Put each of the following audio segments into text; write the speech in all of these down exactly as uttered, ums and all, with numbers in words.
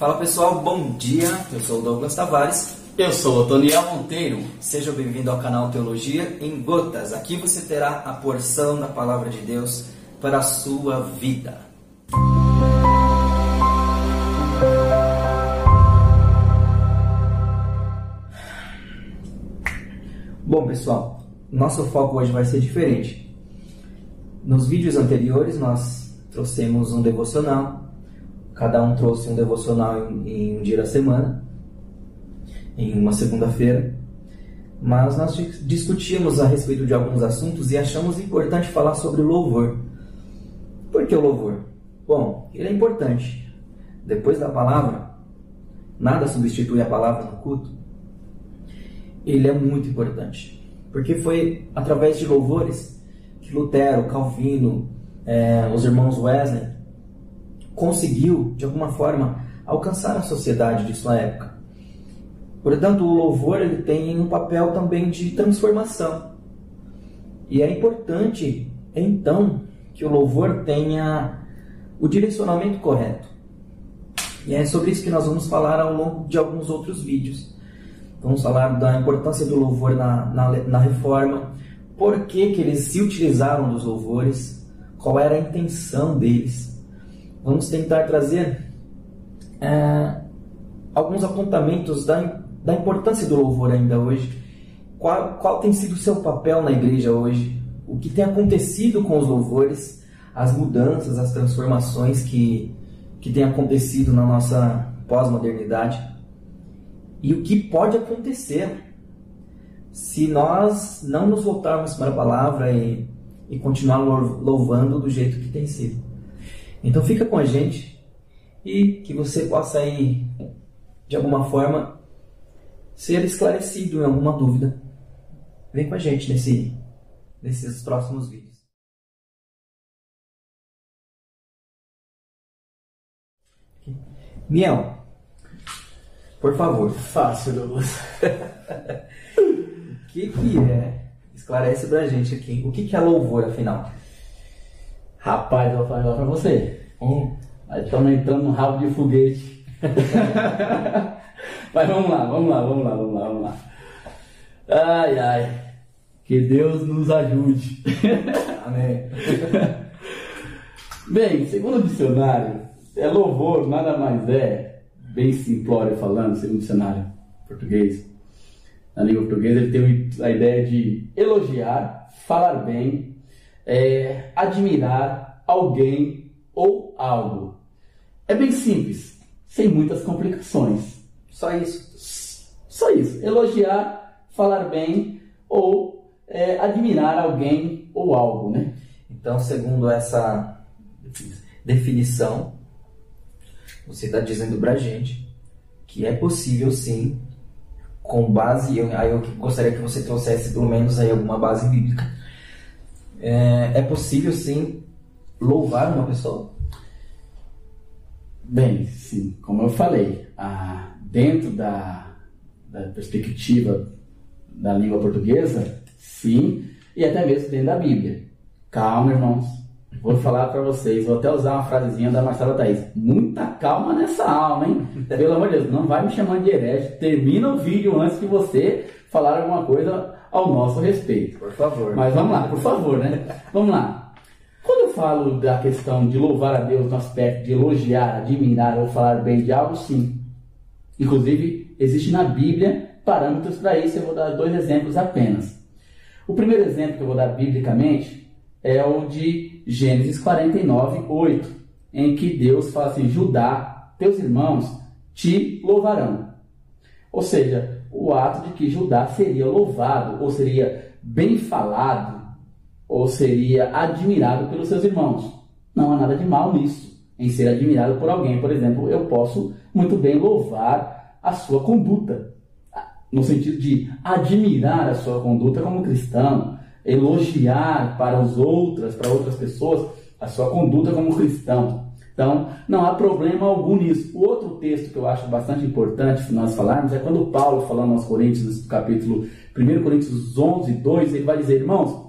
Fala pessoal, bom dia, eu sou o Douglas Tavares. Eu sou o Toniel Monteiro. Seja bem-vindo ao canal Teologia em Gotas. Aqui você terá a porção da Palavra de Deus para a sua vida. Bom pessoal, nosso foco hoje vai ser diferente. Nos vídeos anteriores nós trouxemos um devocional. Cada um trouxe um devocional em, em um dia da semana, em uma segunda-feira. Mas nós discutimos a respeito de alguns assuntos e achamos importante falar sobre o louvor. Por que o louvor? Bom, ele é importante. Depois da palavra, nada substitui a palavra no culto. Ele é muito importante. Porque foi através de louvores que Lutero, Calvino, é, os irmãos Wesley conseguiu, de alguma forma, alcançar a sociedade de sua época. Portanto, o louvor ele tem um papel também de transformação. E é importante, então, que o louvor tenha o direcionamento correto. E é sobre isso que nós vamos falar ao longo de alguns outros vídeos. Vamos falar da importância do louvor na, na, na reforma, por que, que eles se utilizaram dos louvores, qual era a intenção deles. Vamos tentar trazer é, alguns apontamentos da, da importância do louvor ainda hoje, qual, qual tem sido o seu papel na igreja hoje, o que tem acontecido com os louvores, as mudanças, as transformações que, que têm acontecido na nossa pós-modernidade e o que pode acontecer se nós não nos voltarmos para a palavra e, e continuar louvando do jeito que tem sido. Então fica com a gente e que você possa aí, de alguma forma, ser esclarecido em alguma dúvida. Vem com a gente nesse, nesses próximos vídeos. Miel, por favor. Fácil, Douglas. O que, que é? Esclarece pra gente aqui. O que, que é louvor, afinal? Rapaz, eu vou falar pra você. Hum, estamos entrando no rabo de foguete. Mas vamos lá, vamos lá, vamos lá, vamos lá, vamos lá. Ai, ai. Que Deus nos ajude. Amém. Bem, segundo o dicionário, é louvor nada mais é, bem simplório falando, segundo o dicionário português, na língua portuguesa, ele tem a ideia de elogiar, falar bem, é, admirar alguém ou algo. É bem simples, sem muitas complicações. Só isso. Só isso. Elogiar, falar bem ou é, admirar alguém ou algo, né? Então, segundo essa definição, você está dizendo pra gente que é possível sim, com base, eu, aí eu gostaria que você trouxesse pelo menos aí alguma base bíblica, é, é possível sim louvar uma pessoa? Bem, sim, como eu falei, ah, dentro da, da perspectiva da língua portuguesa, sim, e até mesmo dentro da Bíblia. Calma, irmãos. Vou falar para vocês, vou até usar uma frasezinha da Marcela Thaís. Muita calma nessa alma, hein? Pelo amor de Deus, não vai me chamando de herege. Termina o vídeo antes de você falar alguma coisa ao nosso respeito. Por favor. Mas vamos lá, por favor, né? Vamos lá. Quando eu falo da questão de louvar a Deus no aspecto de elogiar, admirar ou falar bem de algo, sim. Inclusive, existe na Bíblia parâmetros para isso. Eu vou dar dois exemplos apenas. O primeiro exemplo que eu vou dar biblicamente é o de Gênesis quarenta e nove, oito, em que Deus fala assim: Judá, teus irmãos te louvarão. Ou seja, o ato de que Judá seria louvado, ou seria bem falado, ou seria admirado pelos seus irmãos. Não há nada de mal nisso, em ser admirado por alguém. Por exemplo, eu posso muito bem louvar a sua conduta, no sentido de admirar a sua conduta como cristão, elogiar para os outras, para outras pessoas, a sua conduta como cristão. Então, não há problema algum nisso. O outro texto que eu acho bastante importante se nós falarmos é quando Paulo, falando aos Coríntios, no capítulo primeiro Coríntios onze, dois, ele vai dizer: irmãos,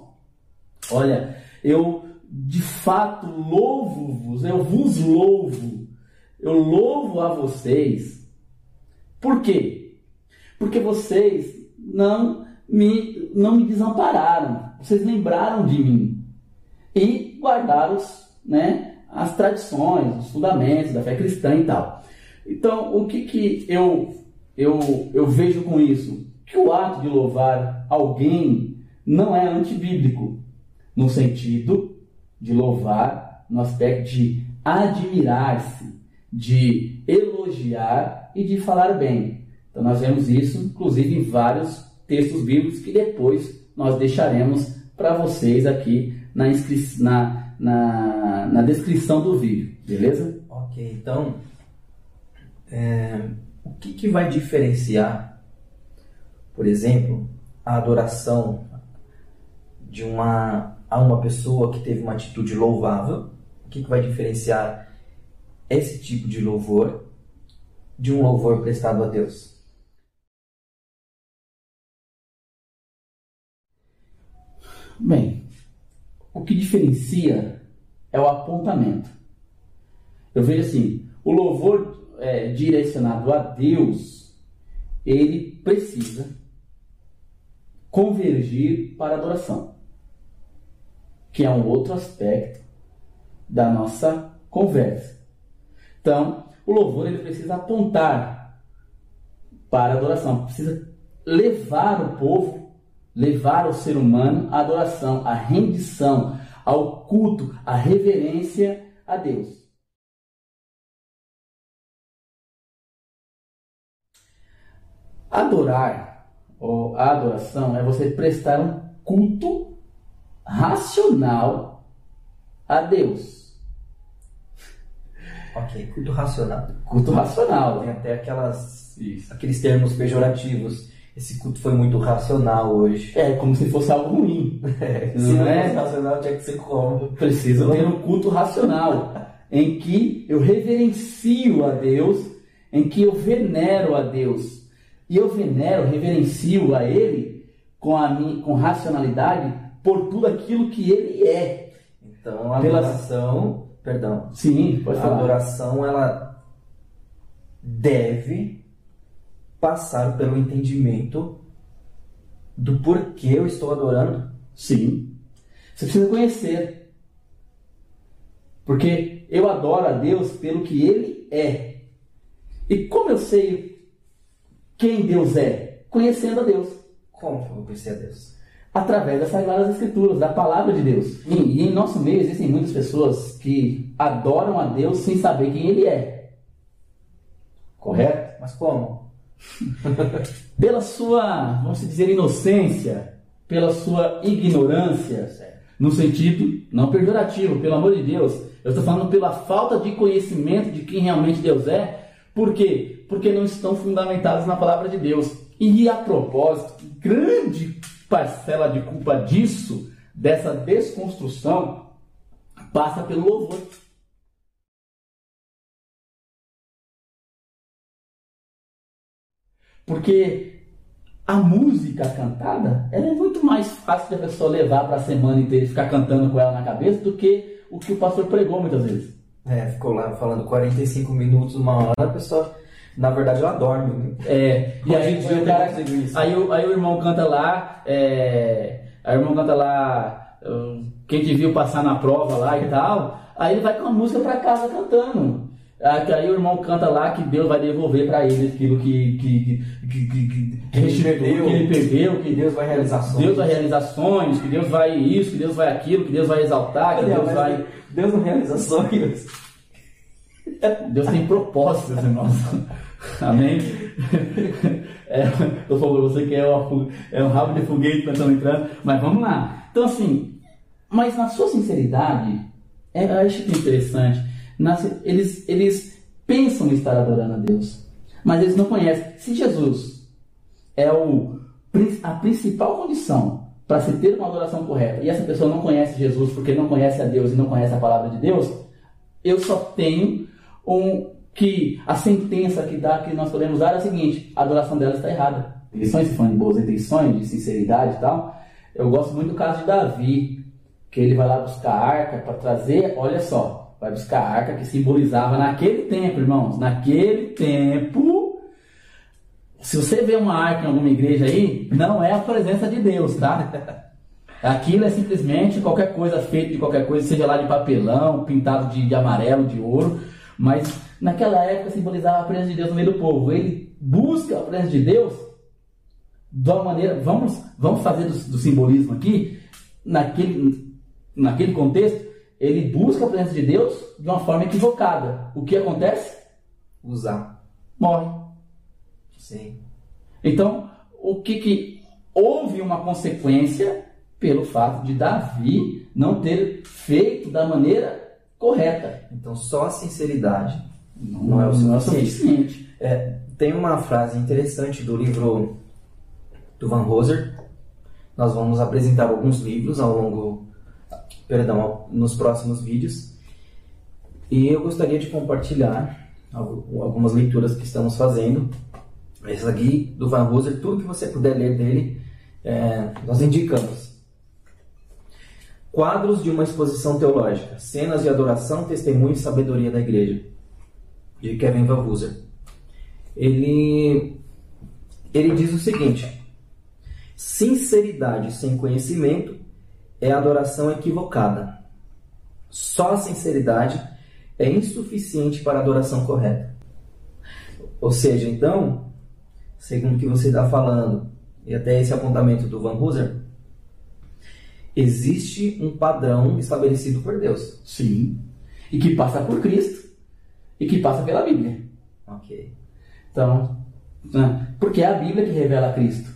olha, eu de fato louvo-vos, eu vos louvo, eu louvo a vocês. Por quê? Porque vocês não me, não me desampararam, vocês lembraram de mim e guardaram os, né, as tradições, os fundamentos da fé cristã e tal. Então, o que, que eu, eu, eu vejo com isso? Que o ato de louvar alguém não é antibíblico, no sentido de louvar no aspecto de admirar-se, de elogiar e de falar bem. Então nós vemos isso, inclusive, em vários textos bíblicos que depois nós deixaremos para vocês aqui na, inscri- na, na, na descrição do vídeo, beleza? Ok, então, é, o que, que vai diferenciar, por exemplo, a adoração de uma, a uma pessoa que teve uma atitude louvável? O que, que vai diferenciar esse tipo de louvor de um louvor prestado a Deus? Bem, o que diferencia é o apontamento. Eu vejo assim, o louvor é, direcionado a Deus, ele precisa convergir para a adoração, que é um outro aspecto da nossa conversa. Então, o louvor ele precisa apontar para a adoração, precisa levar o povo, levar o ser humano à adoração, à rendição, ao culto, à reverência a Deus. Adorar, ou a adoração, é você prestar um culto racional a Deus. Ok, culto racional. Culto racional. Tem até aquelas, aqueles termos pejorativos. Esse culto foi muito racional hoje. É, como se fosse algo ruim. É, se não é racional, tinha que ser como? Preciso ter um culto racional, em que eu reverencio a Deus, em que eu venero a Deus. E eu venero, reverencio a Ele com, a minha, com racionalidade por tudo aquilo que Ele é. Então, a adoração... Perdão. Sim, pode falar. A adoração, ela deve passar pelo entendimento do porquê eu estou adorando. Sim. Você precisa conhecer. Porque eu adoro a Deus pelo que Ele é. E como eu sei quem Deus é? Conhecendo a Deus. Como eu vou conhecer a Deus? Através das Sagradas Escrituras, da Palavra de Deus. E, e em nosso meio existem muitas pessoas que adoram a Deus sem saber quem Ele é. Correto? Mas como? Pela sua, vamos dizer, inocência, pela sua ignorância, no sentido não pejorativo, pelo amor de Deus. Eu estou falando pela falta de conhecimento de quem realmente Deus é. Por quê? Porque não estão fundamentados na Palavra de Deus. E a propósito, grande parcela de culpa disso, dessa desconstrução, passa pelo louvor. Porque a música cantada, ela é muito mais fácil de a pessoa levar para a semana inteira e ficar cantando com ela na cabeça do que o que o pastor pregou muitas vezes. É, ficou lá falando quarenta e cinco minutos, uma hora, a pessoa, na verdade, ela dorme. É, e aí, Hoje em dia o cara, eu tenho isso. aí, o, aí o irmão canta lá, é, aí o irmão canta lá, uh, quem te viu passar na prova lá e tal, aí ele vai com a música para casa cantando. Aí o irmão canta lá que Deus vai devolver para ele aquilo que, que, que, que, que, que, ele perdeu, que ele perdeu, que Deus vai realizar sonhos. Deus vai realizar sonhos, que Deus vai isso, que Deus vai aquilo, que Deus vai exaltar, que Deus vai... Deus não realiza sonhos. Deus tem propósitos, irmãos. Amém? É, eu falo pra você que é, uma, é um rabo de foguete que estão entrando, mas vamos lá. Então assim, mas na sua sinceridade, é, eu acho que é interessante, nas, eles, eles pensam em estar adorando a Deus, mas eles não conhecem. Se Jesus é o, a principal condição para se ter uma adoração correta, e essa pessoa não conhece Jesus porque não conhece a Deus e não conhece a palavra de Deus, eu só tenho um... que a sentença que, dá, que nós podemos dar é a seguinte: a adoração dela está errada. Eles estão falando de boas intenções, de sinceridade e tal. Eu gosto muito do caso de Davi, que ele vai lá buscar a arca para trazer, olha só, vai buscar a arca que simbolizava naquele tempo, irmãos, naquele tempo. Se você vê uma arca em alguma igreja aí, não é a presença de Deus, tá? Aquilo é simplesmente qualquer coisa feita de qualquer coisa, seja lá de papelão, pintado de, de amarelo, de ouro, mas naquela época simbolizava a presença de Deus no meio do povo. Ele busca a presença de Deus de uma maneira, vamos, vamos fazer do, do simbolismo aqui, naquele, naquele contexto, ele busca a presença de Deus de uma forma equivocada. O que acontece? Usar. Morre. Sim. Então, o que que houve uma consequência pelo fato de Davi não ter feito da maneira correta. Então, só a sinceridade não, não é o suficiente. Não é o suficiente. É, tem uma frase interessante do livro do Van Hooser. Nós vamos apresentar alguns livros ao longo, perdão, nos próximos vídeos. E eu gostaria de compartilhar algumas leituras que estamos fazendo. Esse aqui do Van Hooser, tudo que você puder ler dele, é, nós indicamos. Quadros de uma exposição teológica, cenas de adoração, testemunho e sabedoria da igreja, de Kevin Van Hooser. Ele, ele diz o seguinte: sinceridade sem conhecimento é adoração equivocada. Só a sinceridade é insuficiente para a adoração correta. Ou seja, então, segundo o que você está falando, e até esse apontamento do Van Hooser, existe um padrão estabelecido por Deus. Sim. E que passa por Cristo. E que passa pela Bíblia. Ok. Então, né? Porque é a Bíblia que revela Cristo.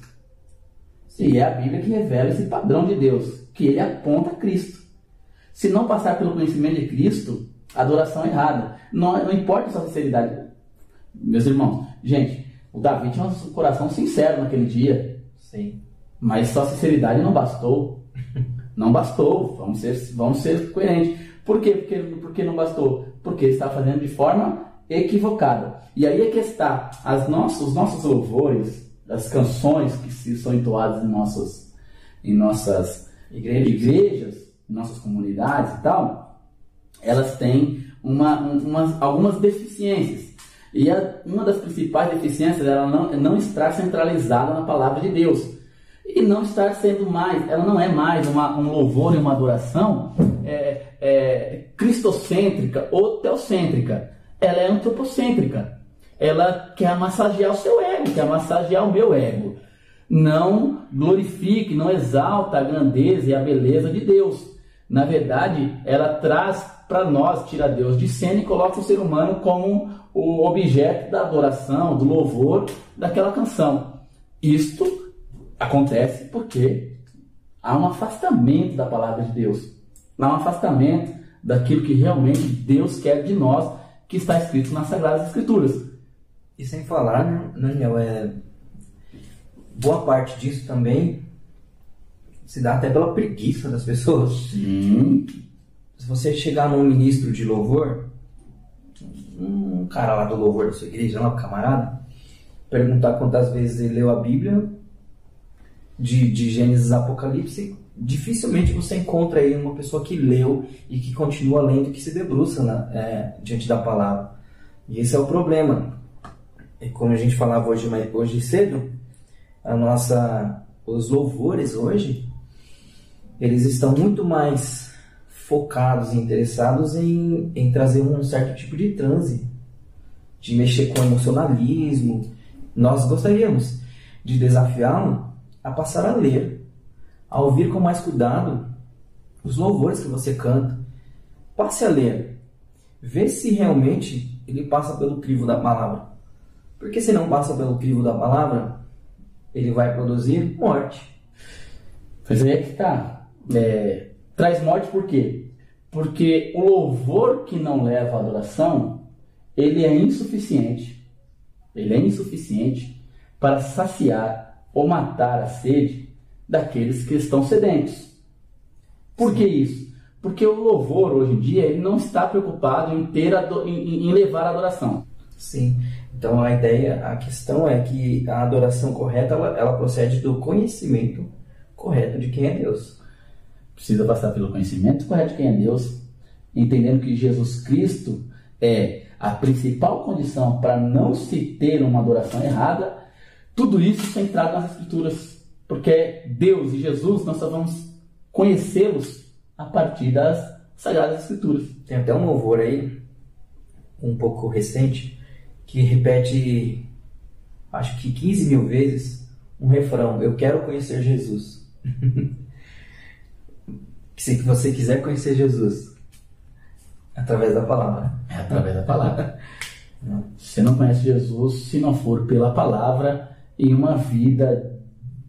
E é a Bíblia que revela esse padrão de Deus, que ele aponta a Cristo. Se não passar pelo conhecimento de Cristo, a adoração é errada. Não, não importa a sua sinceridade. Meus irmãos, gente, o Davi tinha um coração sincero naquele dia. Sim. Mas só sinceridade não bastou. Não bastou, vamos ser, vamos ser coerentes. Por quê? Porque, porque não bastou? Porque ele está fazendo de forma equivocada. E aí é que está as nossas, os nossos louvores, as canções que se são entoadas em nossas, em nossas igrejas, igrejas, em nossas comunidades e tal, elas têm uma, uma, algumas deficiências. E a, uma das principais deficiências é ela não, não estar centralizada na palavra de Deus. E não estar sendo mais, ela não é mais uma, um louvor e uma adoração é, é, cristocêntrica ou teocêntrica. Ela é antropocêntrica. Ela quer massagear o seu ego, quer massagear o meu ego. Não glorifique, não exalta a grandeza e a beleza de Deus. Na verdade, ela traz para nós, tira Deus de cena e coloca o ser humano como o objeto da adoração, do louvor daquela canção. Isto acontece porque há um afastamento da palavra de Deus. Há um afastamento daquilo que realmente Deus quer de nós, que está escrito nas Sagradas Escrituras. E sem falar, né, Daniel, é... boa parte disso também se dá até pela preguiça das pessoas. Sim. Se você chegar num ministro de louvor, um cara lá do louvor da sua igreja, lá, um camarada, perguntar quantas vezes ele leu a Bíblia, De, de Gênesis a Apocalipse, dificilmente você encontra aí uma pessoa que leu e que continua lendo, que se debruça na, é, diante da palavra. E esse é o problema. E como a gente falava hoje, hoje cedo, a nossa, os louvores hoje, eles estão muito mais focados e interessados em, em trazer um certo tipo de transe, de mexer com emocionalismo. Nós gostaríamos de desafiá-lo a passar a ler, a ouvir com mais cuidado os louvores que você canta. Passe a ler, vê se realmente ele passa pelo crivo da palavra. Porque se não passa pelo crivo da palavra, ele vai produzir morte. Pois é que tá. É, traz morte por quê? Porque o louvor que não leva à adoração, ele é insuficiente. Ele é insuficiente para saciar ou matar a sede daqueles que estão sedentos. Por que isso? Porque o louvor, hoje em dia, ele não está preocupado em, ter ado- em, em levar a adoração. Sim. Então a ideia, a questão é que a adoração correta, ela, ela procede do conhecimento correto de quem é Deus. Precisa passar pelo conhecimento correto de quem é Deus. entendendo que Jesus Cristo é a principal condição para não se ter uma adoração errada, tudo isso centrado nas Escrituras, porque Deus e Jesus nós só vamos conhecê-los a partir das Sagradas Escrituras. Tem até um louvor aí, um pouco recente, que repete, acho que quinze mil vezes, um refrão: eu quero conhecer Jesus. Se você quiser conhecer Jesus, através da palavra. É através da palavra. Você não conhece Jesus se não for pela palavra em uma vida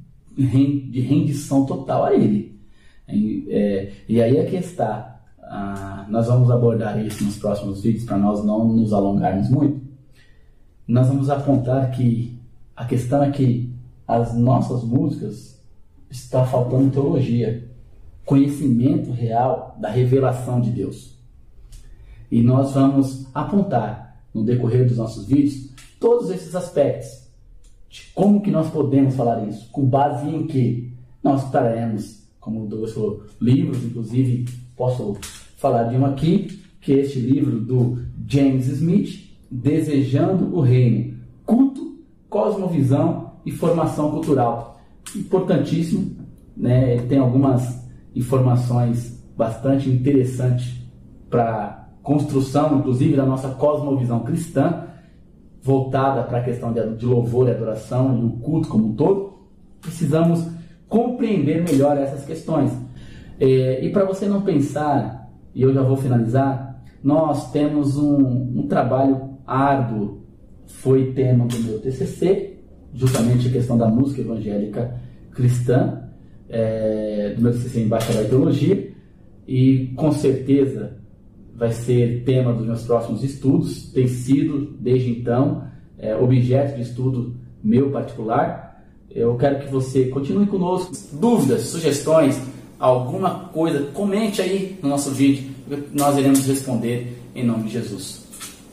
de rendição total a Ele. É, e aí é que está. Ah, nós vamos abordar isso nos próximos vídeos para nós não nos alongarmos muito. Nós vamos apontar que a questão é que as nossas músicas está faltando teologia, conhecimento real da revelação de Deus. E nós vamos apontar no decorrer dos nossos vídeos todos esses aspectos de como que nós podemos falar isso, com base em que nós traremos, como o Douglas falou, livros, inclusive posso falar de um aqui, que é este livro do James Smith, Desejando o Reino, Culto, Cosmovisão e Formação Cultural. Importantíssimo, né? Tem algumas informações bastante interessantes para construção, inclusive, da nossa cosmovisão cristã, voltada para a questão de, de louvor e adoração e o culto como um todo. Precisamos compreender melhor essas questões. É, e para você não pensar, e eu já vou finalizar, nós temos um, um trabalho árduo, foi tema do meu T C C, justamente a questão da música evangélica cristã, é, do meu T C C em Bacharel em Teologia, e com certeza vai ser tema dos meus próximos estudos, tem sido, desde então, é, objeto de estudo meu particular. Eu quero que você continue conosco. Dúvidas, sugestões, alguma coisa, comente aí no nosso vídeo, nós iremos responder em nome de Jesus.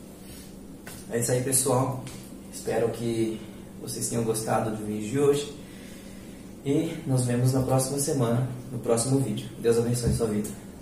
É isso aí, pessoal. Espero que vocês tenham gostado do vídeo de hoje. E nos vemos na próxima semana, no próximo vídeo. Deus abençoe sua vida.